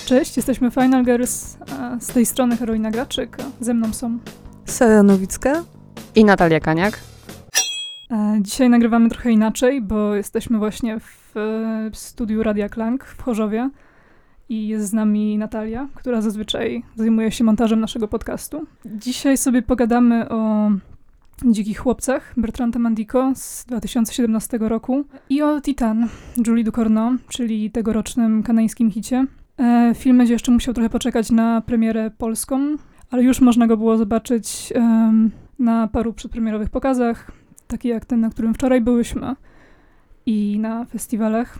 Cześć, jesteśmy Final Girls, a z tej strony Karolina Graczyk, a ze mną są Sara Nowicka i Natalia Kaniak. Dzisiaj nagrywamy trochę inaczej, bo jesteśmy właśnie w studiu Radia Klang w Chorzowie i jest z nami Natalia, która zazwyczaj zajmuje się montażem naszego podcastu. Dzisiaj sobie pogadamy o Dzikich chłopcach Bertranda Mandico z 2017 roku i o Titan Julie Ducournau, czyli tegorocznym kanańskim hicie. Film będzie jeszcze musiał trochę poczekać na premierę polską, ale już można go było zobaczyć na paru przedpremierowych pokazach, taki jak ten, na którym wczoraj byłyśmy, i na festiwalach.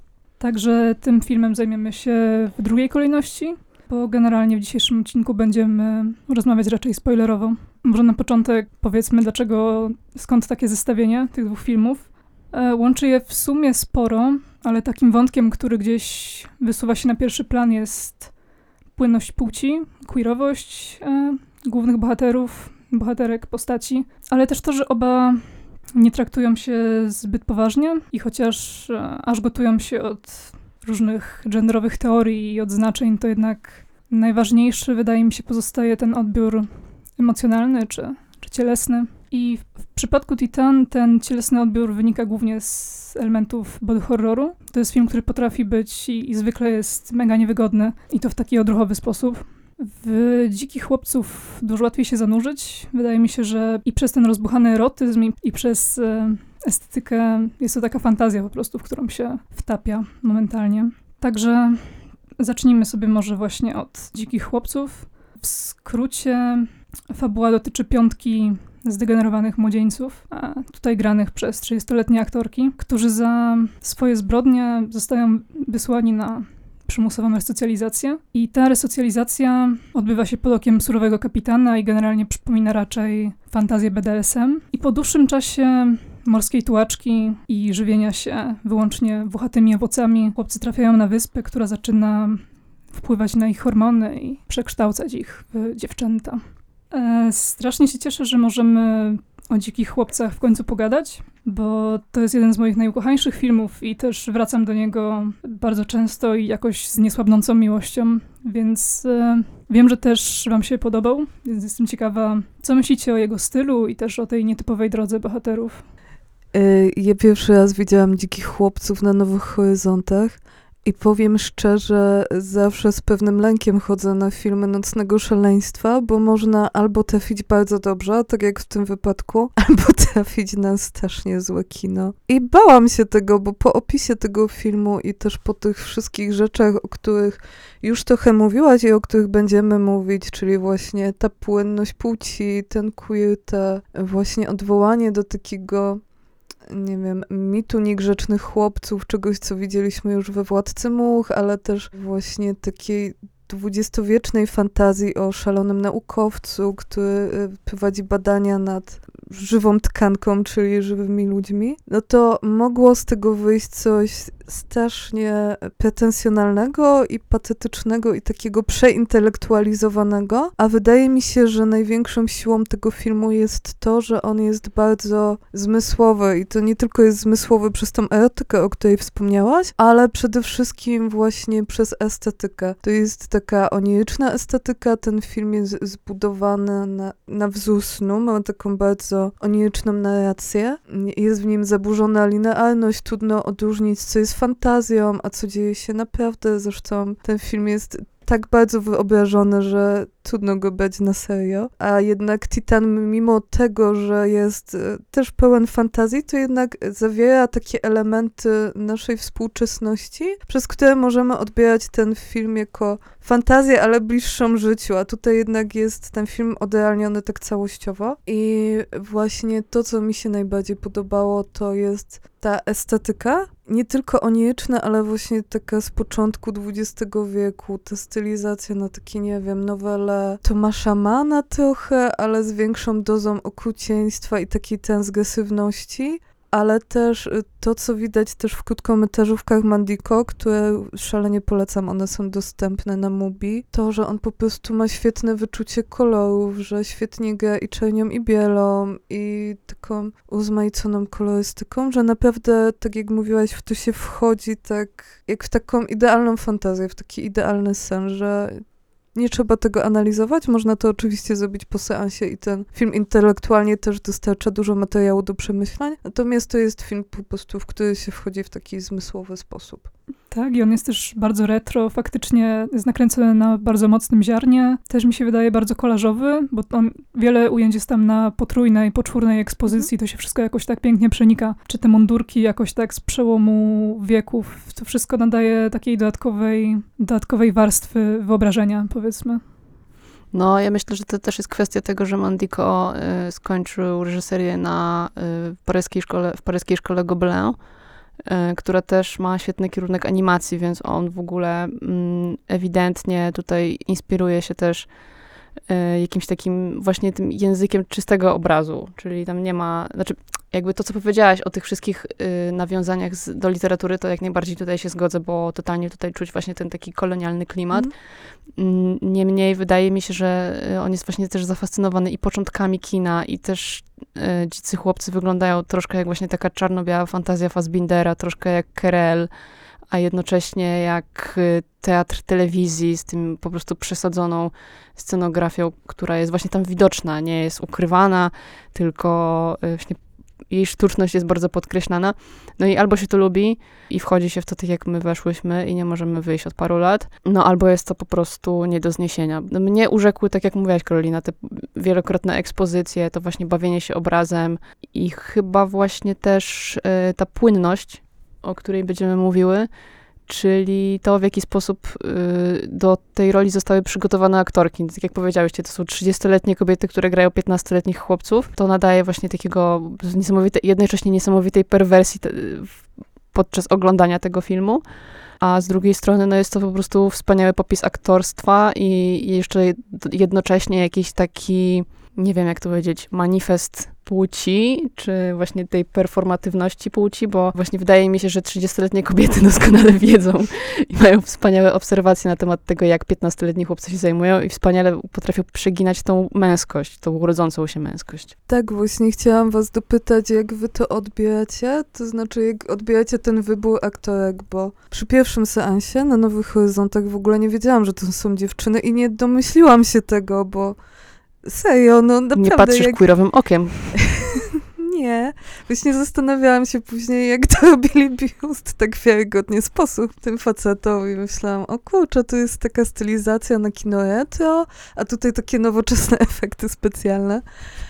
Także tym filmem zajmiemy się w drugiej kolejności, bo generalnie w dzisiejszym odcinku będziemy rozmawiać raczej spoilerowo. Może na początek powiedzmy, skąd takie zestawienie tych dwóch filmów. Łączy je w sumie sporo, ale takim wątkiem, który gdzieś wysuwa się na pierwszy plan, jest płynność płci, queerowość głównych bohaterek, postaci, ale też to, że oba nie traktują się zbyt poważnie i chociaż aż gotują się od różnych genderowych teorii i odznaczeń, to jednak najważniejszy, wydaje mi się, pozostaje ten odbiór emocjonalny czy cielesny. I w przypadku Titan ten cielesny odbiór wynika głównie z elementów body horroru. To jest film, który potrafi być i zwykle jest mega niewygodny, i to w taki odruchowy sposób. W Dzikich chłopców dużo łatwiej się zanurzyć. Wydaje mi się, że i przez ten rozbuchany erotyzm, i przez estetykę jest to taka fantazja po prostu, w którą się wtapia momentalnie. Także zacznijmy sobie może właśnie od Dzikich chłopców. W skrócie fabuła dotyczy piątki zdegenerowanych młodzieńców, a tutaj granych przez 30-letnie aktorki, którzy za swoje zbrodnie zostają wysłani na przymusową resocjalizację. I ta resocjalizacja odbywa się pod okiem surowego kapitana i generalnie przypomina raczej fantazję BDSM. I po dłuższym czasie morskiej tułaczki i żywienia się wyłącznie włochatymi owocami chłopcy trafiają na wyspę, która zaczyna wpływać na ich hormony i przekształcać ich w dziewczęta. Strasznie się cieszę, że możemy o Dzikich chłopcach w końcu pogadać, bo to jest jeden z moich najukochańszych filmów i też wracam do niego bardzo często i jakoś z niesłabnącą miłością, więc wiem, że też wam się podobał, więc jestem ciekawa, co myślicie o jego stylu i też o tej nietypowej drodze bohaterów. Ja pierwszy raz widziałam Dzikich chłopców na Nowych Horyzontach i powiem szczerze, zawsze z pewnym lękiem chodzę na filmy nocnego szaleństwa, bo można albo trafić bardzo dobrze, tak jak w tym wypadku, albo trafić na strasznie złe kino. I bałam się tego, bo po opisie tego filmu i też po tych wszystkich rzeczach, o których już trochę mówiłaś i o których będziemy mówić, czyli właśnie ta płynność płci, ten queer, te właśnie odwołanie do takiego, nie wiem, mitu niegrzecznych chłopców, czegoś, co widzieliśmy już we Władcy Much, ale też właśnie takiej dwudziestowiecznej fantazji o szalonym naukowcu, który prowadzi badania nad żywą tkanką, czyli żywymi ludźmi, no to mogło z tego wyjść coś strasznie pretensjonalnego i patetycznego i takiego przeintelektualizowanego, a wydaje mi się, że największą siłą tego filmu jest to, że on jest bardzo zmysłowy i to nie tylko jest zmysłowy przez tą erotykę, o której wspomniałaś, ale przede wszystkim właśnie przez estetykę. To jest taka oniryczna estetyka, ten film jest zbudowany na wzór snu, ma taką bardzo oniryczną narrację, jest w nim zaburzona linearność, trudno odróżnić, co jest fantazją, a co dzieje się naprawdę. Zresztą ten film jest tak bardzo wyobrażony, że trudno go brać na serio. A jednak Titan, mimo tego, że jest też pełen fantazji, to jednak zawiera takie elementy naszej współczesności, przez które możemy odbierać ten film jako fantazję, ale bliższą życiu. A tutaj jednak jest ten film odrealniony tak całościowo. I właśnie to, co mi się najbardziej podobało, to jest ta estetyka. Nie tylko oniryczna, ale właśnie taka z początku XX wieku. Ta stylizacja na takie, nie wiem, nowele Tomasza Manna trochę, ale z większą dozą okrucieństwa i takiej transgresywności. ale też to, co widać też w krótkometrażówkach Mandiko, które szalenie polecam, one są dostępne na Mubi, to, że on po prostu ma świetne wyczucie kolorów, że świetnie gra i czernią i bielą i taką uzmaiconą kolorystyką, że naprawdę, tak jak mówiłaś, w to się wchodzi tak jak w taką idealną fantazję, w taki idealny sen, że nie trzeba tego analizować, można to oczywiście zrobić po seansie i ten film intelektualnie też dostarcza dużo materiału do przemyśleń, natomiast to jest film po prostu, w który się wchodzi w taki zmysłowy sposób. Tak, i on jest też bardzo retro, faktycznie jest nakręcony na bardzo mocnym ziarnie. Też mi się wydaje bardzo kolażowy, bo on, wiele ujęć jest tam na potrójnej, poczwórnej ekspozycji, to się wszystko jakoś tak pięknie przenika. Czy te mundurki jakoś tak z przełomu wieków, to wszystko nadaje takiej dodatkowej warstwy wyobrażenia, powiedzmy. No, ja myślę, że to też jest kwestia tego, że Mandiko skończył reżyserię w paryskiej szkole Gobelin, która też ma świetny kierunek animacji, więc on w ogóle ewidentnie tutaj inspiruje się też jakimś takim właśnie tym językiem czystego obrazu, czyli tam nie ma, znaczy jakby to, co powiedziałaś o tych wszystkich nawiązaniach do literatury, to jak najbardziej tutaj się zgodzę, bo totalnie tutaj czuć właśnie ten taki kolonialny klimat. Niemniej wydaje mi się, że on jest właśnie też zafascynowany i początkami kina, i też Dzicy chłopcy wyglądają troszkę jak właśnie taka czarno-biała fantazja Fassbindera, troszkę jak Querelle, a jednocześnie jak teatr telewizji z tym po prostu przesadzoną scenografią, która jest właśnie tam widoczna, nie jest ukrywana, tylko właśnie jej sztuczność jest bardzo podkreślana. No i albo się to lubi i wchodzi się w to tak, jak my weszłyśmy i nie możemy wyjść od paru lat, no albo jest to po prostu nie do zniesienia. No, mnie urzekły, tak jak mówiłaś, Karolina, te wielokrotne ekspozycje, to właśnie bawienie się obrazem i chyba właśnie też ta płynność, o której będziemy mówiły, czyli to, w jaki sposób do tej roli zostały przygotowane aktorki. Tak jak powiedziałyście, to są 30-letnie kobiety, które grają 15-letnich chłopców. To nadaje właśnie takiego jednocześnie niesamowitej perwersji podczas oglądania tego filmu. A z drugiej strony, no jest to po prostu wspaniały popis aktorstwa i jeszcze jednocześnie jakiś taki, nie wiem jak to powiedzieć, manifest płci, czy właśnie tej performatywności płci, bo właśnie wydaje mi się, że 30-letnie kobiety doskonale wiedzą i mają wspaniałe obserwacje na temat tego, jak 15-letni chłopcy się zajmują i wspaniale potrafią przeginać tą męskość, tą urodzącą się męskość. Tak, właśnie chciałam was dopytać, jak wy to odbieracie, to znaczy jak odbieracie ten wybór aktorek, bo przy pierwszym seansie na Nowych Horyzontach w ogóle nie wiedziałam, że to są dziewczyny i nie domyśliłam się tego, bo serio, no naprawdę. Nie patrzysz queerowym okiem. Nie. Właśnie zastanawiałam się później, jak to robili biust tak wiarygodnie sposób tym facetowi. Myślałam, o kurczę, tu jest taka stylizacja na kino retro, a tutaj takie nowoczesne efekty specjalne.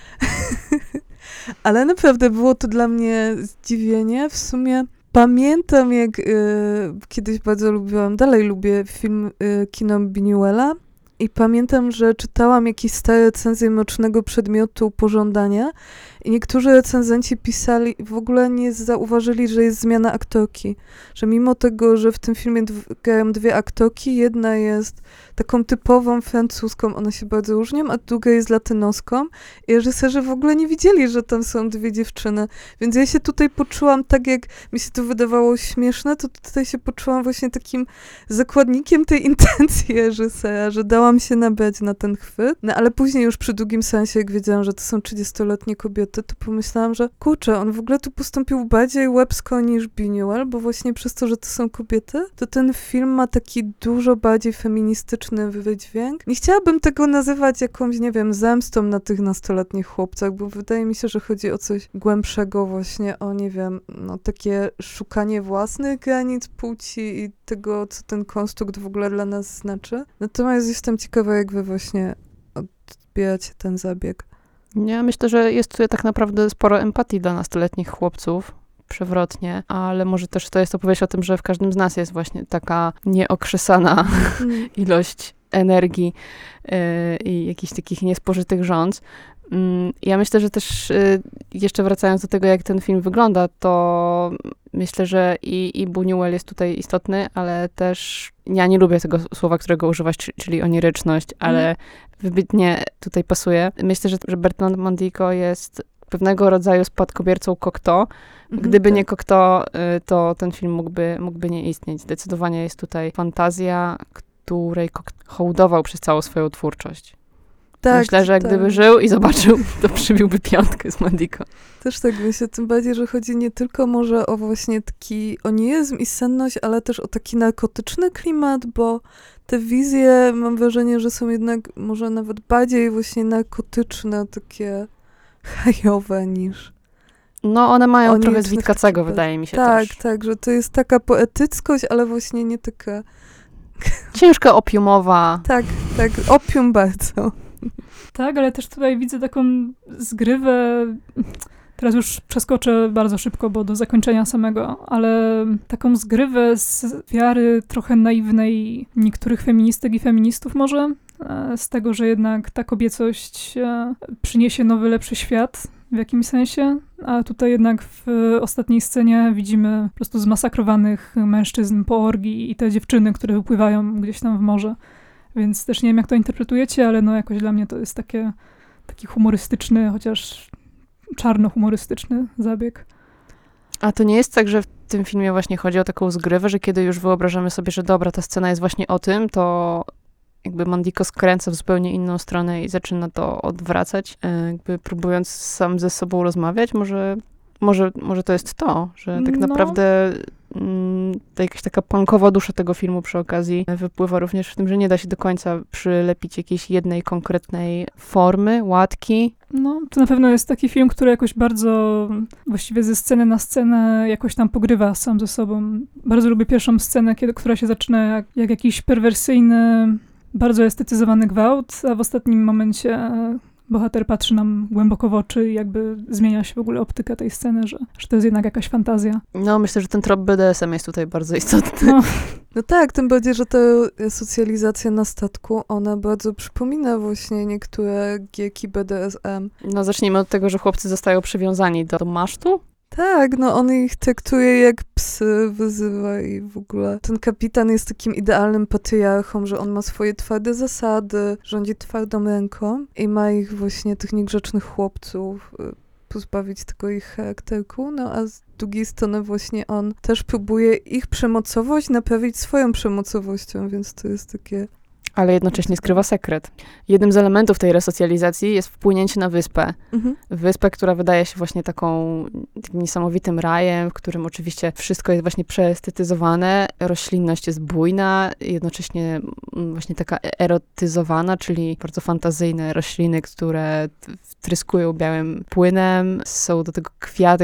Ale naprawdę było to dla mnie zdziwienie. W sumie pamiętam, jak kiedyś bardzo lubiłam, dalej lubię film kino Buñuela. I pamiętam, że czytałam jakieś stare recenzje Mrocznego Przedmiotu Pożądania i niektórzy recenzenci pisali, w ogóle nie zauważyli, że jest zmiana aktorki. Że mimo tego, że w tym filmie grają dwie aktorki, jedna jest taką typową francuską, one się bardzo różnią, a druga jest latynoską i reżyserzy w ogóle nie widzieli, że tam są dwie dziewczyny. Więc ja się tutaj poczułam tak, jak mi się to wydawało śmieszne, to tutaj się poczułam właśnie takim zakładnikiem tej intencji reżysera, że dałam się nabrać na ten chwyt. No ale później już przy drugim seansie, jak wiedziałam, że to są 30-letnie kobiety, to pomyślałam, że kurczę, on w ogóle tu postąpił bardziej łebsko niż Buñuel, bo właśnie przez to, że to są kobiety, to ten film ma taki dużo bardziej feministyczny wydźwięk. Nie chciałabym tego nazywać jakąś, nie wiem, zemstą na tych nastoletnich chłopcach, bo wydaje mi się, że chodzi o coś głębszego właśnie, o nie wiem, no takie szukanie własnych granic płci i tego, co ten konstrukt w ogóle dla nas znaczy. Natomiast jestem ciekawa, jak wy właśnie odbieracie ten zabieg. Ja myślę, że jest tutaj tak naprawdę sporo empatii dla nastoletnich chłopców, przewrotnie, ale może też to jest opowieść o tym, że w każdym z nas jest właśnie taka nieokrzesana ilość energii i jakichś takich niespożytych żądz. Ja myślę, że też jeszcze wracając do tego, jak ten film wygląda, to myślę, że i Buñuel jest tutaj istotny, ale też ja nie lubię tego słowa, którego używasz, czyli oniryczność, ale wybitnie tutaj pasuje. Myślę, że Bertrand Mandico jest pewnego rodzaju spadkobiercą Cocteau. Gdyby nie Cocteau, to ten film mógłby nie istnieć. Zdecydowanie jest tutaj fantazja, której hołdował przez całą swoją twórczość. Tak, myślę, że gdyby żył i zobaczył, to przybiłby 5 z Mandico. Też tak myślę, tym bardziej, że chodzi nie tylko może o właśnie taki onizm i senność, ale też o taki narkotyczny klimat, bo te wizje, mam wrażenie, że są jednak może nawet bardziej właśnie narkotyczne, takie hajowe niż... No, one mają trochę z Witkacego, wydaje mi się też. Tak, że to jest taka poetyckość, ale właśnie nie taka... Ciężka opiumowa. Tak, opium bardzo. Tak, ale też tutaj widzę taką zgrywę, teraz już przeskoczę bardzo szybko, bo do zakończenia samego, ale taką zgrywę z wiary trochę naiwnej niektórych feministek i feministów może, z tego, że jednak ta kobiecość przyniesie nowy, lepszy świat w jakimś sensie, a tutaj jednak w ostatniej scenie widzimy po prostu zmasakrowanych mężczyzn po orgii i te dziewczyny, które wypływają gdzieś tam w morze. Więc też nie wiem, jak to interpretujecie, ale no jakoś dla mnie to jest taki humorystyczny, chociaż czarno-humorystyczny zabieg. A to nie jest tak, że w tym filmie właśnie chodzi o taką zgrywę, że kiedy już wyobrażamy sobie, że dobra, ta scena jest właśnie o tym, to jakby Mandico skręca w zupełnie inną stronę i zaczyna to odwracać, jakby próbując sam ze sobą rozmawiać. Może to jest to, że tak naprawdę to jakaś taka punkowa dusza tego filmu przy okazji wypływa również w tym, że nie da się do końca przylepić jakiejś jednej konkretnej formy, łatki. No, to na pewno jest taki film, który jakoś bardzo właściwie ze sceny na scenę jakoś tam pogrywa sam ze sobą. Bardzo lubię pierwszą scenę, która się zaczyna jak jakiś perwersyjny, bardzo estetyzowany gwałt, a w ostatnim momencie bohater patrzy nam głęboko w oczy i jakby zmienia się w ogóle optyka tej sceny, że to jest jednak jakaś fantazja. No, myślę, że ten trop BDSM jest tutaj bardzo istotny. No tak, tym bardziej, że ta socjalizacja na statku, ona bardzo przypomina właśnie niektóre gierki BDSM. No, zacznijmy od tego, że chłopcy zostają przywiązani do masztu. Tak, no on ich traktuje jak psy, wyzywa i w ogóle. Ten kapitan jest takim idealnym patriarchą, że on ma swoje twarde zasady, rządzi twardą ręką i ma ich właśnie, tych niegrzecznych chłopców, pozbawić tego ich charakterku, no a z drugiej strony właśnie on też próbuje ich przemocowość naprawić swoją przemocowością, więc to jest takie... Ale jednocześnie skrywa sekret. Jednym z elementów tej resocjalizacji jest wpłynięcie na wyspę. Wyspę, która wydaje się właśnie takim niesamowitym rajem, w którym oczywiście wszystko jest właśnie przeestetyzowane, roślinność jest bujna, jednocześnie właśnie taka erotyzowana, czyli bardzo fantazyjne rośliny, które wtryskują białym płynem, są do tego kwiaty,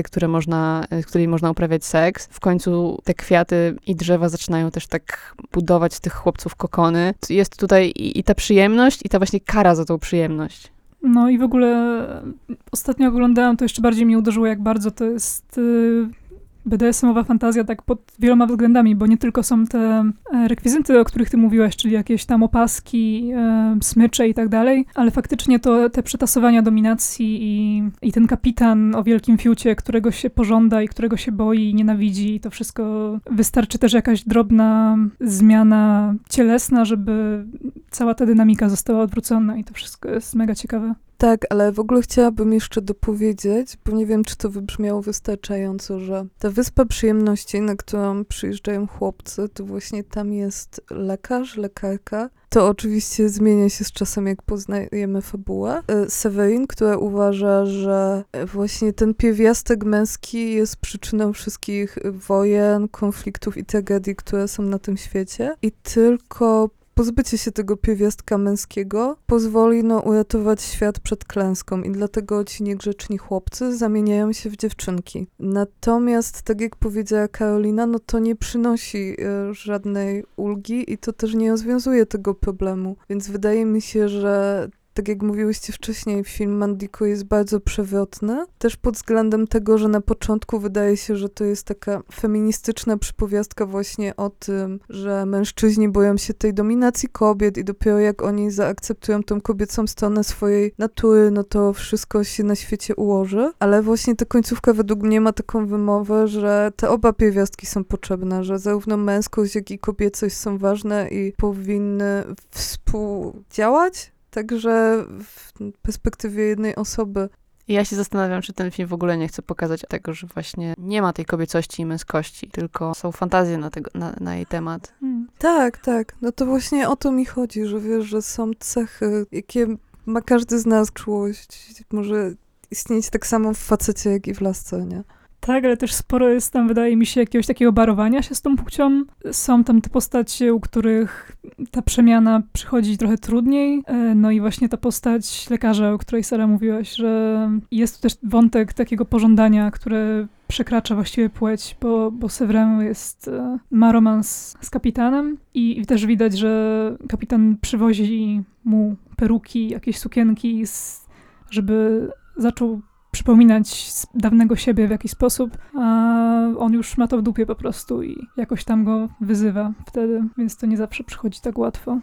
z którymi można uprawiać seks. W końcu te kwiaty i drzewa zaczynają też tak budować z tych chłopców kokony. Jest tutaj i ta przyjemność, i ta właśnie kara za tą przyjemność. No i w ogóle ostatnio oglądałam, to jeszcze bardziej mnie uderzyło, jak bardzo to jest BDSM-owa fantazja tak pod wieloma względami, bo nie tylko są te rekwizyty, o których ty mówiłaś, czyli jakieś tam opaski, smycze i tak dalej, ale faktycznie to te przetasowania dominacji i ten kapitan o wielkim fiucie, którego się pożąda i którego się boi i nienawidzi, i to wszystko wystarczy też jakaś drobna zmiana cielesna, żeby cała ta dynamika została odwrócona i to wszystko jest mega ciekawe. Tak, ale w ogóle chciałabym jeszcze dopowiedzieć, bo nie wiem, czy to wybrzmiało wystarczająco, że ta Wyspa Przyjemności, na którą przyjeżdżają chłopcy, to właśnie tam jest lekarz, lekarka. To oczywiście zmienia się z czasem, jak poznajemy fabułę. Severin, która uważa, że właśnie ten pierwiastek męski jest przyczyną wszystkich wojen, konfliktów i tragedii, które są na tym świecie. I tylko pozbycie się tego pierwiastka męskiego pozwoli uratować świat przed klęską i dlatego ci niegrzeczni chłopcy zamieniają się w dziewczynki. Natomiast, tak jak powiedziała Karolina, no to nie przynosi żadnej ulgi i to też nie rozwiązuje tego problemu. Więc wydaje mi się, że tak jak mówiłyście wcześniej, film Mandico jest bardzo przewrotny. Też pod względem tego, że na początku wydaje się, że to jest taka feministyczna przypowiastka właśnie o tym, że mężczyźni boją się tej dominacji kobiet i dopiero jak oni zaakceptują tą kobiecą stronę swojej natury, no to wszystko się na świecie ułoży. Ale właśnie ta końcówka według mnie ma taką wymowę, że te oba pierwiastki są potrzebne, że zarówno męskość, jak i kobiecość są ważne i powinny współdziałać. Także w perspektywie jednej osoby. I ja się zastanawiam, czy ten film w ogóle nie chce pokazać tego, że właśnie nie ma tej kobiecości i męskości, tylko są fantazje na jej temat. Tak. No to właśnie o to mi chodzi, że wiesz, że są cechy, jakie ma każdy z nas. Czułość może istnieć tak samo w facecie, jak i w lasce, nie? Tak, ale też sporo jest tam, wydaje mi się, jakiegoś takiego barowania się z tą płcią. Są tam te postacie, u których ta przemiana przychodzi trochę trudniej. No i właśnie ta postać lekarza, o której Sara mówiłaś, że jest tu też wątek takiego pożądania, które przekracza właściwie płeć, bo Severin ma romans z kapitanem i też widać, że kapitan przywozi mu peruki, jakieś sukienki, żeby zaczął przypominać dawnego siebie w jakiś sposób, a on już ma to w dupie po prostu i jakoś tam go wyzywa wtedy, więc to nie zawsze przychodzi tak łatwo.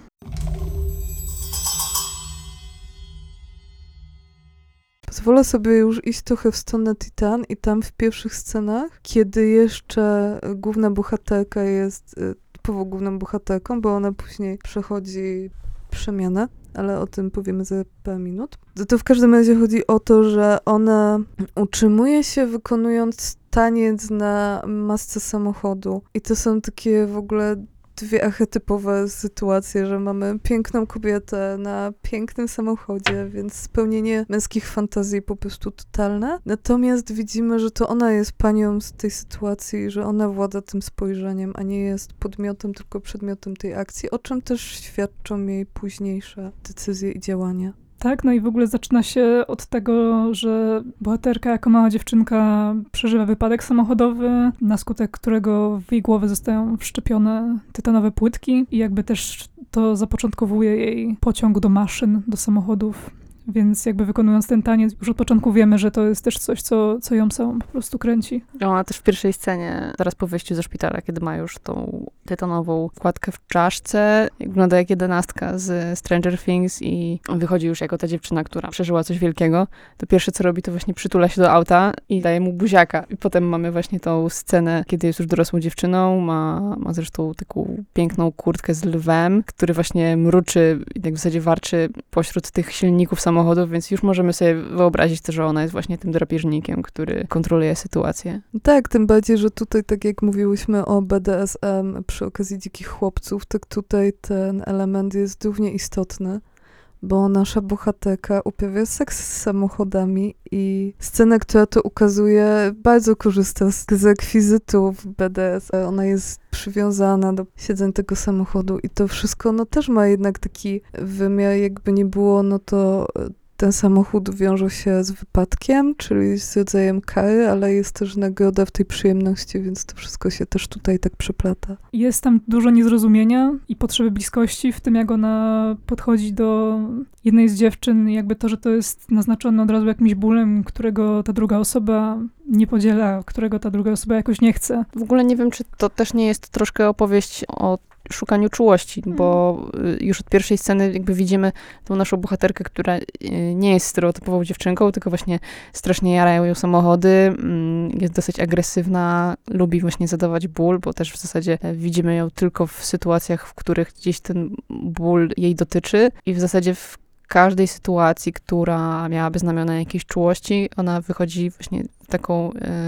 Pozwolę sobie już iść trochę w stronę Titan i tam w pierwszych scenach, kiedy jeszcze główna bohaterka jest typowo główną bohaterką, bo ona później przechodzi przemianę, ale o tym powiemy za parę minut. To w każdym razie chodzi o to, że ona utrzymuje się wykonując taniec na masce samochodu. I to są takie w ogóle dwie archetypowe sytuacje, że mamy piękną kobietę na pięknym samochodzie, więc spełnienie męskich fantazji po prostu totalne. Natomiast widzimy, że to ona jest panią z tej sytuacji, że ona włada tym spojrzeniem, a nie jest podmiotem, tylko przedmiotem tej akcji, o czym też świadczą jej późniejsze decyzje i działania. Tak, no i w ogóle zaczyna się od tego, że bohaterka jako mała dziewczynka przeżywa wypadek samochodowy, na skutek którego w jej głowę zostają wszczepione tytanowe płytki i jakby też to zapoczątkowuje jej pociąg do maszyn, do samochodów. Więc jakby wykonując ten taniec, już od początku wiemy, że to jest też coś, co ją samą po prostu kręci. Ona też w pierwszej scenie, zaraz po wyjściu ze szpitala, kiedy ma już tą tytanową kładkę w czaszce, wygląda jak 11 z Stranger Things i wychodzi już jako ta dziewczyna, która przeżyła coś wielkiego. To pierwsze, co robi, to właśnie przytula się do auta i daje mu buziaka. I potem mamy właśnie tą scenę, kiedy jest już dorosłą dziewczyną, ma zresztą taką piękną kurtkę z lwem, który właśnie mruczy i tak w zasadzie warczy pośród tych silników samochodów, więc już możemy sobie wyobrazić to, że ona jest właśnie tym drapieżnikiem, który kontroluje sytuację. Tak, tym bardziej, że tutaj, tak jak mówiłyśmy o BDSM przy okazji Dzikich Chłopców, tak tutaj ten element jest równie istotny, bo nasza bohaterka uprawia seks z samochodami i scena, która to ukazuje, bardzo korzysta z rekwizytów BDSM. Ona jest przywiązana do siedzenia tego samochodu i to wszystko no też ma jednak taki wymiar, jakby nie było, no to ten samochód wiąże się z wypadkiem, czyli z rodzajem kary, ale jest też nagroda w tej przyjemności, więc to wszystko się też tutaj tak przeplata. Jest tam dużo niezrozumienia i potrzeby bliskości w tym, jak ona podchodzi do jednej z dziewczyn, jakby to, że to jest naznaczone od razu jakimś bólem, którego ta druga osoba nie podziela, którego ta druga osoba jakoś nie chce. W ogóle nie wiem, czy to też nie jest troszkę opowieść o szukaniu czułości, bo już od pierwszej sceny jakby widzimy tą naszą bohaterkę, która nie jest stereotypową dziewczynką, tylko właśnie strasznie jarają ją samochody, jest dosyć agresywna, lubi właśnie zadawać ból, bo też w zasadzie widzimy ją tylko w sytuacjach, w których gdzieś ten ból jej dotyczy i w zasadzie w każdej sytuacji, która miałaby znamiona jakiejś czułości, ona wychodzi właśnie w taką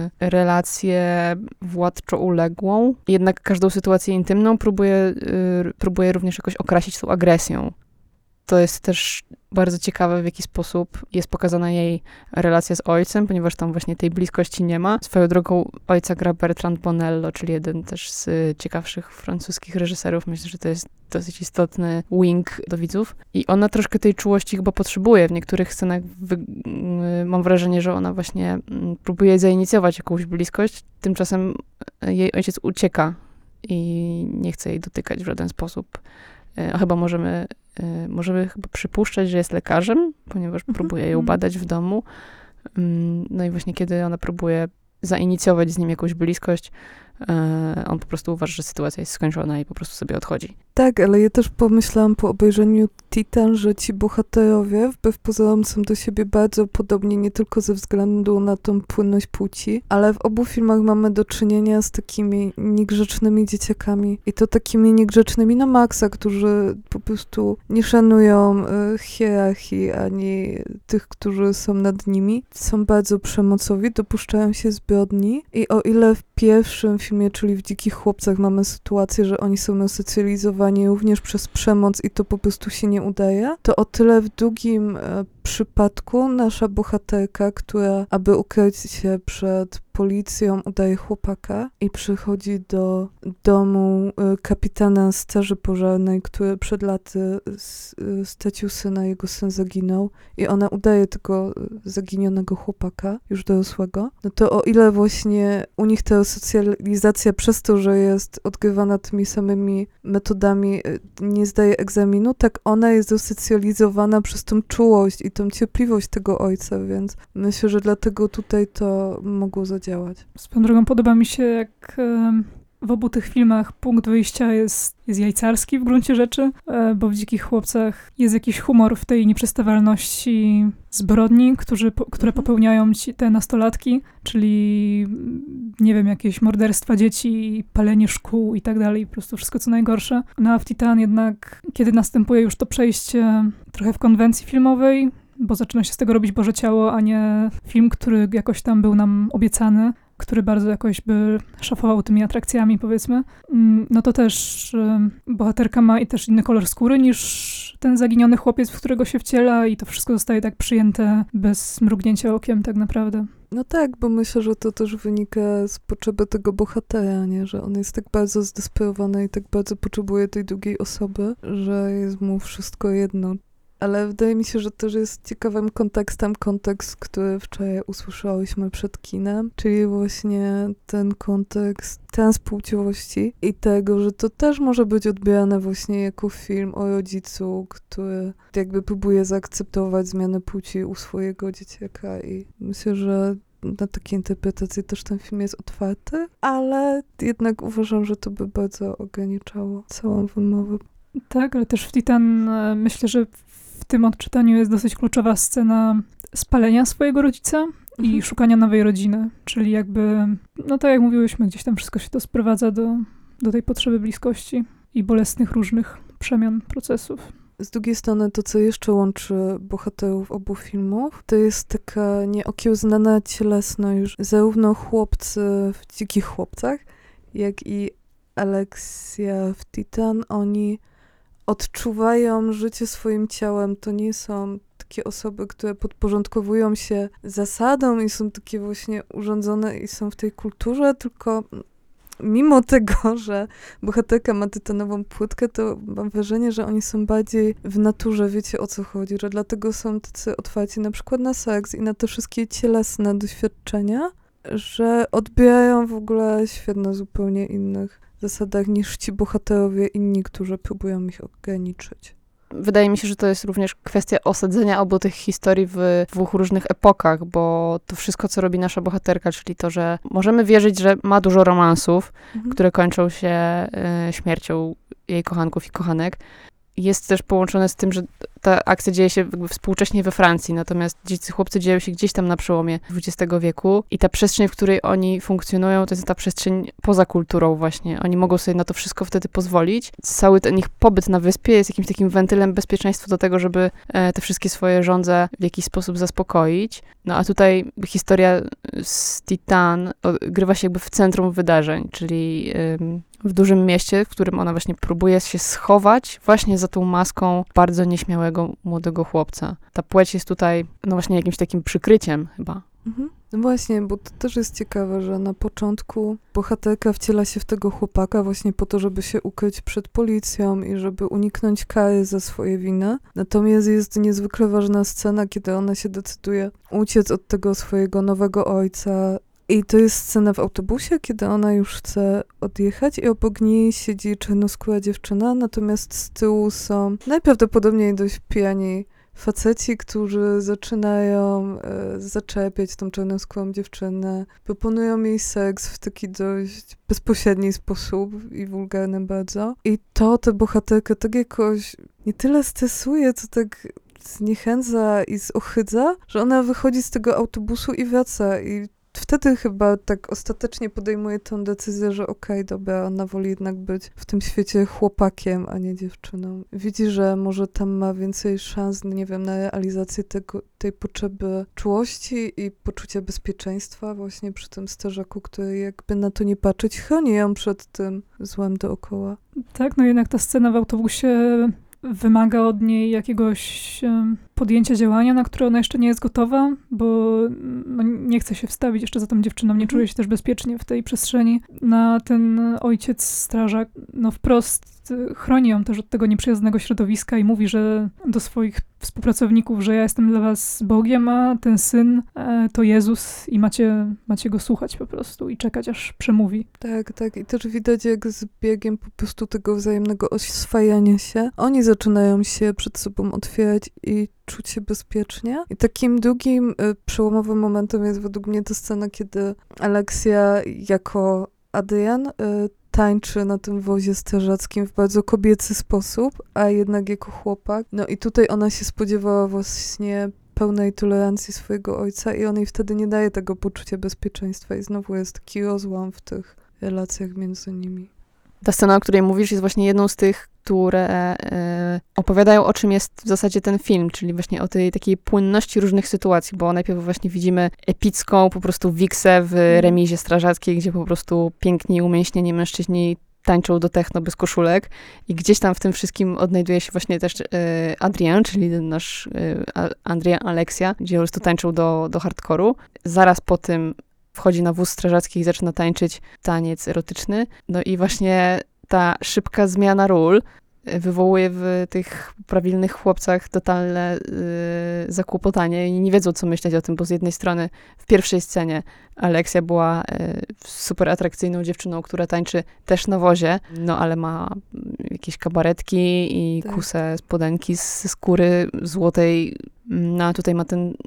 relację władczo-uległą. Jednak każdą sytuację intymną próbuje również jakoś okrasić tą agresją. To jest też bardzo ciekawe, w jaki sposób jest pokazana jej relacja z ojcem, ponieważ tam właśnie tej bliskości nie ma. Swoją drogą ojca gra Bertrand Bonello, czyli jeden też z ciekawszych francuskich reżyserów. Myślę, że to jest dosyć istotny wink do widzów. I ona troszkę tej czułości chyba potrzebuje. W niektórych scenach mam wrażenie, że ona właśnie próbuje zainicjować jakąś bliskość. Tymczasem jej ojciec ucieka i nie chce jej dotykać w żaden sposób. A chyba możemy chyba przypuszczać, że jest lekarzem, ponieważ próbuje ją badać w domu. No i właśnie kiedy ona próbuje zainicjować z nim jakąś bliskość, on po prostu uważa, że sytuacja jest skończona i po prostu sobie odchodzi. Tak, ale ja też pomyślałam po obejrzeniu Titan, że ci bohaterowie wbrew pozorom są do siebie bardzo podobni, nie tylko ze względu na tą płynność płci, ale w obu filmach mamy do czynienia z takimi niegrzecznymi dzieciakami. I to takimi niegrzecznymi na maksa, którzy po prostu nie szanują hierarchii ani tych, którzy są nad nimi. Są bardzo przemocowi, dopuszczają się zbrodni i o ile w pierwszym filmie, czyli w Dzikich Chłopcach, mamy sytuację, że oni są resocjalizowani również przez przemoc i to po prostu się nie udaje, to o tyle w drugim przypadku nasza bohaterka, która aby ukryć się przed policją, udaje chłopaka i przychodzi do domu kapitana straży pożarnej, który przed laty stracił syna, jego syn zaginął i ona udaje tego zaginionego chłopaka, już dorosłego, no to o ile właśnie u nich ta socjalizacja przez to, że jest odgrywana tymi samymi metodami, nie zdaje egzaminu, tak ona jest dosocjalizowana przez tą czułość i tą cierpliwość tego ojca, więc myślę, że dlatego tutaj to mogło zadziałać. Swoją drogą podoba mi się, jak w obu tych filmach punkt wyjścia jest jajcarski w gruncie rzeczy, bo w Dzikich Chłopcach jest jakiś humor w tej nieprzestawalności zbrodni, które popełniają te nastolatki, czyli nie wiem, jakieś morderstwa dzieci, palenie szkół i tak dalej, po prostu wszystko co najgorsze. No a w Titan jednak, kiedy następuje już to przejście trochę w konwencji filmowej, bo zaczyna się z tego robić Boże Ciało, a nie film, który jakoś tam był nam obiecany, który bardzo jakoś by szafował tymi atrakcjami, powiedzmy, no to też bohaterka ma i też inny kolor skóry niż ten zaginiony chłopiec, w którego się wciela i to wszystko zostaje tak przyjęte bez mrugnięcia okiem tak naprawdę. No tak, bo myślę, że to też wynika z potrzeby tego bohatera, nie? Że on jest tak bardzo zdesperowany i tak bardzo potrzebuje tej drugiej osoby, że jest mu wszystko jedno. Ale wydaje mi się, że też jest ciekawym kontekstem kontekst, który wczoraj usłyszałyśmy przed kinem, czyli właśnie ten kontekst transpłciowości i tego, że to też może być odbierane właśnie jako film o rodzicu, który jakby próbuje zaakceptować zmianę płci u swojego dzieciaka i myślę, że na takie interpretacje też ten film jest otwarty, ale jednak uważam, że to by bardzo ograniczało całą wymowę. Tak, ale też w Titan myślę, że w tym odczytaniu jest dosyć kluczowa scena spalenia swojego rodzica i szukania nowej rodziny, czyli jakby, no tak jak mówiłyśmy, gdzieś tam wszystko się to sprowadza do tej potrzeby bliskości i bolesnych różnych przemian procesów. Z drugiej strony to, co jeszcze łączy bohaterów obu filmów, to jest taka nieokiełznana cielesność. Zarówno chłopcy w Dzikich Chłopcach, jak i Alexia w Titan, oni odczuwają życie swoim ciałem. To nie są takie osoby, które podporządkowują się zasadom i są takie właśnie urządzone i są w tej kulturze, tylko mimo tego, że bohaterka ma tytanową płytkę, to mam wrażenie, że oni są bardziej w naturze, wiecie o co chodzi, że dlatego są tacy otwarci na przykład na seks i na te wszystkie cielesne doświadczenia, że odbierają w ogóle świat na zupełnie innych zasadach niż ci bohaterowie inni, którzy próbują ich ograniczyć. Wydaje mi się, że to jest również kwestia osadzenia obu tych historii w dwóch różnych epokach, bo to wszystko, co robi nasza bohaterka, czyli to, że możemy wierzyć, że ma dużo romansów, które kończą się śmiercią jej kochanków i kochanek, jest też połączone z tym, że ta akcja dzieje się jakby współcześnie we Francji, natomiast Dzicy Chłopcy dzieją się gdzieś tam na przełomie XX wieku i ta przestrzeń, w której oni funkcjonują, to jest ta przestrzeń poza kulturą właśnie. Oni mogą sobie na to wszystko wtedy pozwolić. Cały ten ich pobyt na wyspie jest jakimś takim wentylem bezpieczeństwa do tego, żeby te wszystkie swoje żądze w jakiś sposób zaspokoić. No a tutaj historia z Titan grywa się jakby w centrum wydarzeń, czyli w dużym mieście, w którym ona właśnie próbuje się schować właśnie za tą maską bardzo nieśmiałego młodego chłopca. Ta płeć jest tutaj no właśnie jakimś takim przykryciem chyba. No właśnie, bo to też jest ciekawe, że na początku bohaterka wciela się w tego chłopaka właśnie po to, żeby się ukryć przed policją i żeby uniknąć kary za swoje winy. Natomiast jest niezwykle ważna scena, kiedy ona się decyduje uciec od tego swojego nowego ojca. I to jest scena w autobusie, kiedy ona już chce odjechać i obok niej siedzi czarnoskóra dziewczyna, natomiast z tyłu są najprawdopodobniej dość pijani faceci, którzy zaczynają zaczepiać tą czarnoskórą dziewczynę, proponują jej seks w taki dość bezpośredni sposób i wulgarny bardzo. I to tę bohaterkę tak jakoś nie tyle stresuje, co tak zniechęca i zohydza, że ona wychodzi z tego autobusu i wraca. I wtedy chyba tak ostatecznie podejmuje tę decyzję, że okej, dobra, ona woli jednak być w tym świecie chłopakiem, a nie dziewczyną. Widzi, że może tam ma więcej szans, nie wiem, na realizację tej potrzeby czułości i poczucia bezpieczeństwa właśnie przy tym strażaku, który jakby na to nie patrzeć, chroni ją przed tym złem dookoła. Tak, no jednak ta scena w autobusie wymaga od niej jakiegoś podjęcia działania, na które ona jeszcze nie jest gotowa, bo no, nie chce się wstawić jeszcze za tą dziewczyną, nie czuje się też bezpiecznie w tej przestrzeni. Na ten ojciec strażak, no wprost chroni ją też od tego nieprzyjaznego środowiska i mówi, że do swoich współpracowników, że ja jestem dla was Bogiem, a ten syn to Jezus i macie go słuchać po prostu i czekać, aż przemówi. Tak. I też widać, jak z biegiem po prostu tego wzajemnego oswajania się, oni zaczynają się przed sobą otwierać i czuć się bezpiecznie. I takim drugim przełomowym momentem jest według mnie ta scena, kiedy Alexia jako Adrian tańczy na tym wozie strażackim w bardzo kobiecy sposób, a jednak jako chłopak. No i tutaj ona się spodziewała właśnie pełnej tolerancji swojego ojca i on jej wtedy nie daje tego poczucia bezpieczeństwa i znowu jest taki rozłam w tych relacjach między nimi. Ta scena, o której mówisz, jest właśnie jedną z tych, które opowiadają, o czym jest w zasadzie ten film, czyli właśnie o tej takiej płynności różnych sytuacji, bo najpierw właśnie widzimy epicką po prostu wiksę w remizie strażackiej, gdzie po prostu piękni, umięśnieni mężczyźni tańczą do techno bez koszulek i gdzieś tam w tym wszystkim odnajduje się właśnie też Adrien, czyli nasz Andrea Alexia, gdzie po prostu tańczą do hardkoru. Zaraz po tym wchodzi na wóz strażacki i zaczyna tańczyć taniec erotyczny. No i właśnie ta szybka zmiana ról wywołuje w tych prawilnych chłopcach totalne zakłopotanie i nie wiedzą, co myśleć o tym, bo z jednej strony w pierwszej scenie Alexia była super atrakcyjną dziewczyną, która tańczy też na wozie, no ale ma jakieś kabaretki i kusę spodenki z skóry złotej, no a tutaj ma ten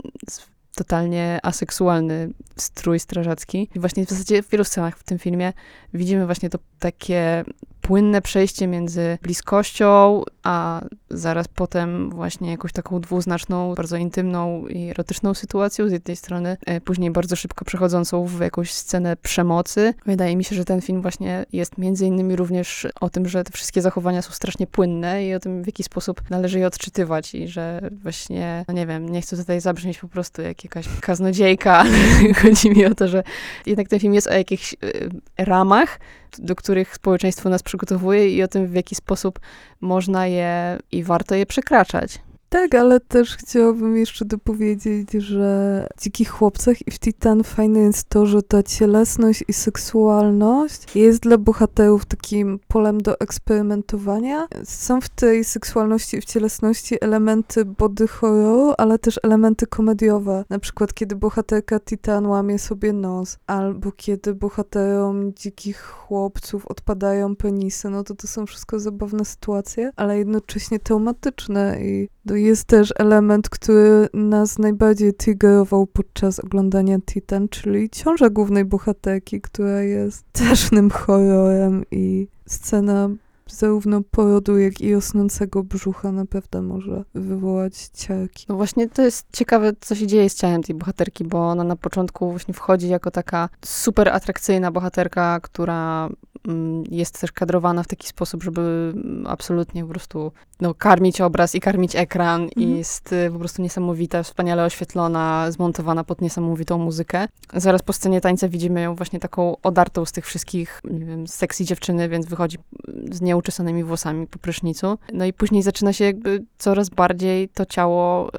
totalnie aseksualny strój strażacki. I właśnie w zasadzie w wielu scenach w tym filmie widzimy właśnie to takie płynne przejście między bliskością, a zaraz potem właśnie jakąś taką dwuznaczną, bardzo intymną i erotyczną sytuacją z jednej strony, później bardzo szybko przechodzącą w jakąś scenę przemocy. Wydaje mi się, że ten film właśnie jest między innymi również o tym, że te wszystkie zachowania są strasznie płynne i o tym, w jaki sposób należy je odczytywać i że właśnie, no nie wiem, nie chcę tutaj zabrzmieć po prostu jak jakaś kaznodziejka, ale chodzi mi o to, że jednak ten film jest o jakichś ramach, do których społeczeństwo nas przygotowuje i o tym, w jaki sposób można je i warto je przekraczać. Tak, ale też chciałabym jeszcze dopowiedzieć, że w Dzikich Chłopcach i w Titan fajne jest to, że ta cielesność i seksualność jest dla bohaterów takim polem do eksperymentowania. Są w tej seksualności i w cielesności elementy body horroru, ale też elementy komediowe. Na przykład, kiedy bohaterka Titan łamie sobie nos, albo kiedy bohaterom Dzikich Chłopców odpadają penisy. No to są wszystko zabawne sytuacje, ale jednocześnie traumatyczne i jest też element, który nas najbardziej triggerował podczas oglądania Titan, czyli ciąża głównej bohaterki, która jest strasznym horrorem i scena zarówno porodu, jak i rosnącego brzucha naprawdę może wywołać ciarki. No właśnie to jest ciekawe, co się dzieje z ciałem tej bohaterki, bo ona na początku właśnie wchodzi jako taka super atrakcyjna bohaterka, która jest też kadrowana w taki sposób, żeby absolutnie po prostu karmić obraz i karmić ekran i jest po prostu niesamowita, wspaniale oświetlona, zmontowana pod niesamowitą muzykę. Zaraz po scenie tańca widzimy ją właśnie taką odartą z tych wszystkich, nie wiem, sexy dziewczyny, więc wychodzi z nieuczesanymi włosami po prysznicu. No i później zaczyna się jakby coraz bardziej to ciało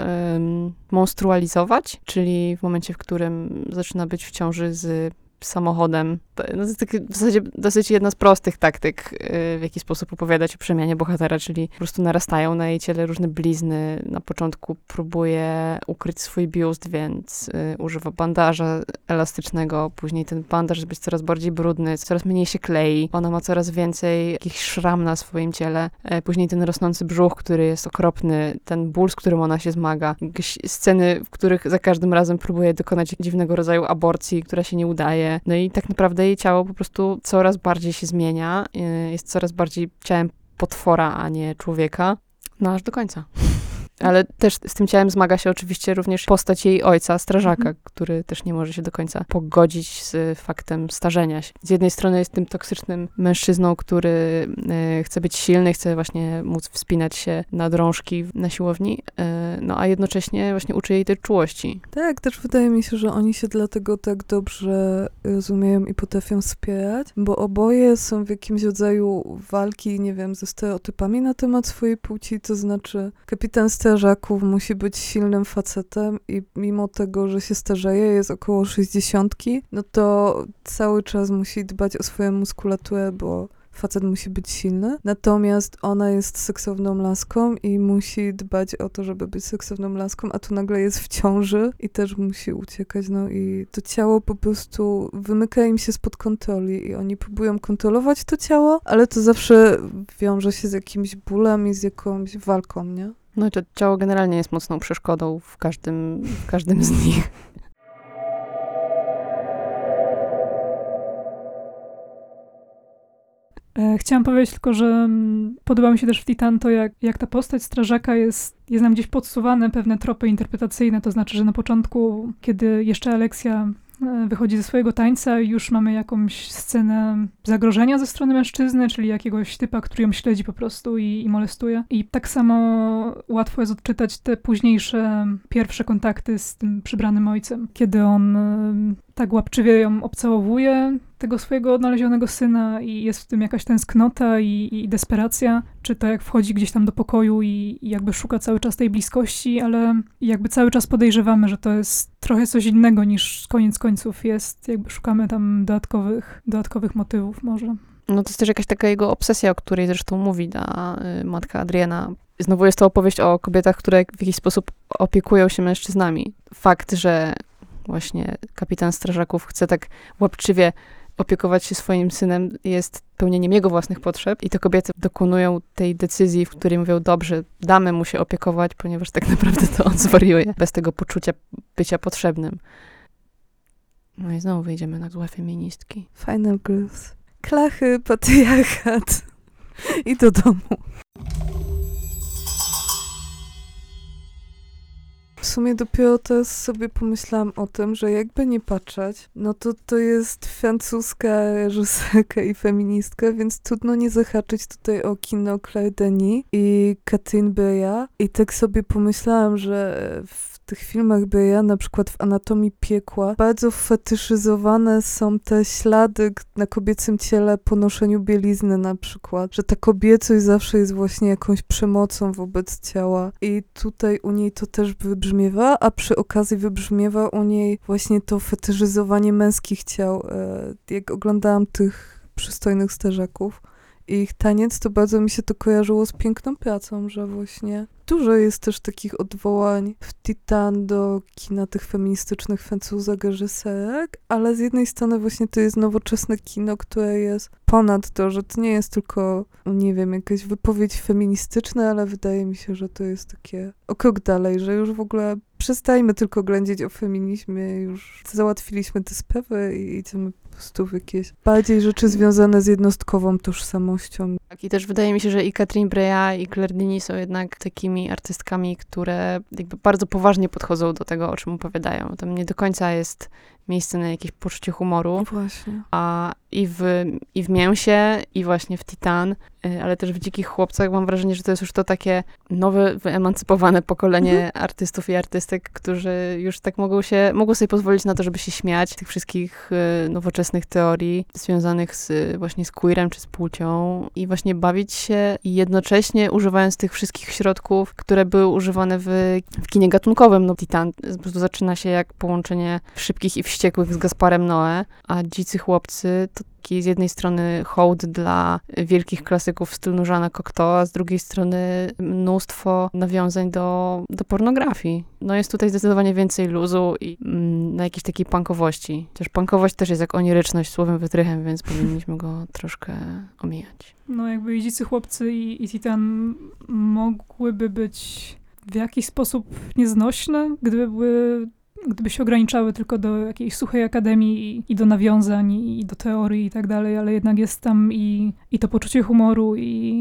monstrualizować, czyli w momencie, w którym zaczyna być w ciąży z samochodem to jest taki w zasadzie dosyć jedna z prostych taktyk, w jaki sposób opowiadać o przemianie bohatera, czyli po prostu narastają na jej ciele różne blizny. Na początku próbuje ukryć swój biust, więc używa bandaża elastycznego, później ten bandaż jest coraz bardziej brudny, coraz mniej się klei, ona ma coraz więcej jakichś szram na swoim ciele, później ten rosnący brzuch, który jest okropny, ten ból, z którym ona się zmaga, jakieś sceny, w których za każdym razem próbuje dokonać dziwnego rodzaju aborcji, która się nie udaje. No i tak naprawdę jej ciało po prostu coraz bardziej się zmienia, jest coraz bardziej ciałem potwora, a nie człowieka, no aż do końca. Ale też z tym ciałem zmaga się oczywiście również postać jej ojca, strażaka, który też nie może się do końca pogodzić z faktem starzenia się. Z jednej strony jest tym toksycznym mężczyzną, który chce być silny, chce właśnie móc wspinać się na drążki na siłowni, no a jednocześnie właśnie uczy jej tej czułości. Tak, też wydaje mi się, że oni się dlatego tak dobrze rozumieją i potrafią wspierać, bo oboje są w jakimś rodzaju walki, nie wiem, ze stereotypami na temat swojej płci, to znaczy kapitan strażaków musi być silnym facetem i mimo tego, że się starzeje, jest około 60, no to cały czas musi dbać o swoją muskulaturę, bo facet musi być silny. Natomiast ona jest seksowną laską i musi dbać o to, żeby być seksowną laską, a tu nagle jest w ciąży i też musi uciekać. No i to ciało po prostu wymyka im się spod kontroli i oni próbują kontrolować to ciało, ale to zawsze wiąże się z jakimś bólem i z jakąś walką, nie? No i to ciało generalnie jest mocną przeszkodą w każdym z nich. Chciałam powiedzieć tylko, że podoba mi się też w Titan to, jak ta postać strażaka jest nam gdzieś podsuwane pewne tropy interpretacyjne, to znaczy, że na początku, kiedy jeszcze Aleksja wychodzi ze swojego tańca i już mamy jakąś scenę zagrożenia ze strony mężczyzny, czyli jakiegoś typa, który ją śledzi po prostu i molestuje. I tak samo łatwo jest odczytać te późniejsze, pierwsze kontakty z tym przybranym ojcem, kiedy on tak łapczywie ją obcałowuje, tego swojego odnalezionego syna i jest w tym jakaś tęsknota i desperacja, czy to jak wchodzi gdzieś tam do pokoju i jakby szuka cały czas tej bliskości, ale jakby cały czas podejrzewamy, że to jest trochę coś innego niż koniec końców jest, jakby szukamy tam dodatkowych motywów może. No to jest też jakaś taka jego obsesja, o której zresztą mówi ta matka Adriana. Znowu jest to opowieść o kobietach, które w jakiś sposób opiekują się mężczyznami. Fakt, że właśnie kapitan strażaków chce tak łapczywie opiekować się swoim synem, jest pełnieniem jego własnych potrzeb i te kobiety dokonują tej decyzji, w której mówią, dobrze, damy mu się opiekować, ponieważ tak naprawdę to on zwariuje, bez tego poczucia bycia potrzebnym. No i znowu wyjdziemy na złe feministki. Final girls. Klachy, patriarchat i do domu. W sumie dopiero teraz sobie pomyślałam o tym, że jakby nie patrzeć, no to jest francuska reżyserka i feministka, więc trudno nie zahaczyć tutaj o kino Claire Denis i Catherine Breillat. I tak sobie pomyślałam, że w tych filmach Breillat, na przykład w Anatomii piekła, bardzo fetyszyzowane są te ślady na kobiecym ciele po noszeniu bielizny na przykład, że ta kobiecość zawsze jest właśnie jakąś przemocą wobec ciała i tutaj u niej to też wybrzmiewa, a przy okazji wybrzmiewa u niej właśnie to fetyszyzowanie męskich ciał. Jak oglądałam tych przystojnych strażaków i ich taniec, to bardzo mi się to kojarzyło z piękną pracą, że właśnie dużo jest też takich odwołań w Titan do kina tych feministycznych francuzek reżyserek, ale z jednej strony właśnie to jest nowoczesne kino, które jest ponad to, że to nie jest tylko, nie wiem, jakaś wypowiedź feministyczna, ale wydaje mi się, że to jest takie o krok dalej, że już w ogóle przestajmy tylko ględzić o feminizmie, już załatwiliśmy te sprawy i idziemy po prostu w jakieś bardziej rzeczy związane z jednostkową tożsamością. Tak, i też wydaje mi się, że i Catherine Breillat i Claire Denis są jednak takimi artystkami, które jakby bardzo poważnie podchodzą do tego, o czym opowiadają. Tam nie do końca jest miejsce na jakieś poczucie humoru. Właśnie. A i w Mięsie, i właśnie w Titan, ale też w Dzikich Chłopcach. Mam wrażenie, że to jest już to takie nowe, wyemancypowane pokolenie artystów i artystek, którzy już tak mogą sobie pozwolić na to, żeby się śmiać z tych wszystkich nowoczesnych teorii związanych właśnie z queerem czy z płcią i właśnie bawić się i jednocześnie używając tych wszystkich środków, które były używane w kinie gatunkowym. No, Titan po prostu zaczyna się jak połączenie Szybkich i Wściekłych z Gasparem Noé, a Dzicy Chłopcy to taki z jednej strony hołd dla wielkich klasyków w stylu Jeana Cocteau, a z drugiej strony mnóstwo nawiązań do pornografii. No jest tutaj zdecydowanie więcej luzu i na jakiejś takiej punkowości. Chociaż punkowość też jest jak oniryczność słowem wytrychem, więc powinniśmy go troszkę omijać. No jakby i Dzicy Chłopcy i Titan mogłyby być w jakiś sposób nieznośne, gdyby się ograniczały tylko do jakiejś suchej akademii i do nawiązań i do teorii i tak dalej, ale jednak jest tam i to poczucie humoru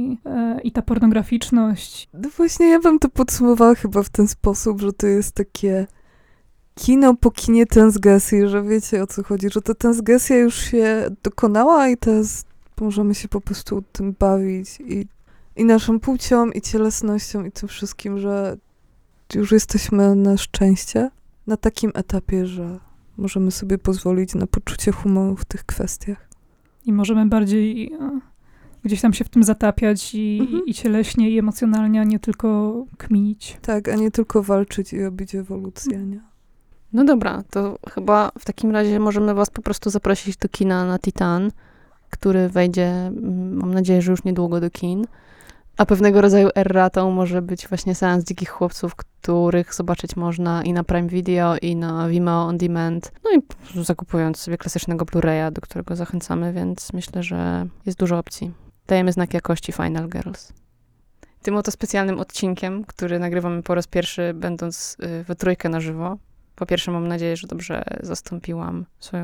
i ta pornograficzność. No właśnie ja bym to podsumowała chyba w ten sposób, że to jest takie kino po kinie transgresji, że wiecie o co chodzi, że ta transgresja już się dokonała i teraz możemy się po prostu tym bawić i naszą płcią, i cielesnością, i tym wszystkim, że już jesteśmy na szczęście na takim etapie, że możemy sobie pozwolić na poczucie humoru w tych kwestiach. I możemy bardziej gdzieś tam się w tym zatapiać i cieleśnie, i emocjonalnie, a nie tylko kminić. Tak, a nie tylko walczyć i robić ewolucję, nie? No dobra, to chyba w takim razie możemy was po prostu zaprosić do kina na Titan, który wejdzie, mam nadzieję, że już niedługo do kin. A pewnego rodzaju erratą może być właśnie seans Dzikich Chłopców, których zobaczyć można i na Prime Video, i na Vimeo On Demand. No i zakupując sobie klasycznego Blu-raya, do którego zachęcamy, więc myślę, że jest dużo opcji. Dajemy znak jakości Final Girls. Tym oto specjalnym odcinkiem, który nagrywamy po raz pierwszy, będąc we trójkę na żywo. Po pierwsze, mam nadzieję, że dobrze zastąpiłam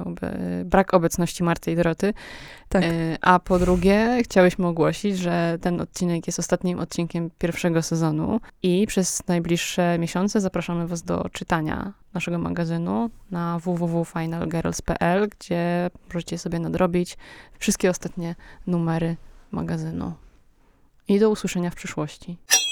brak obecności Marty i Doroty. Tak. A po drugie, chciałyśmy ogłosić, że ten odcinek jest ostatnim odcinkiem pierwszego sezonu i przez najbliższe miesiące zapraszamy was do czytania naszego magazynu na www.finalgirls.pl, gdzie możecie sobie nadrobić wszystkie ostatnie numery magazynu. I do usłyszenia w przyszłości.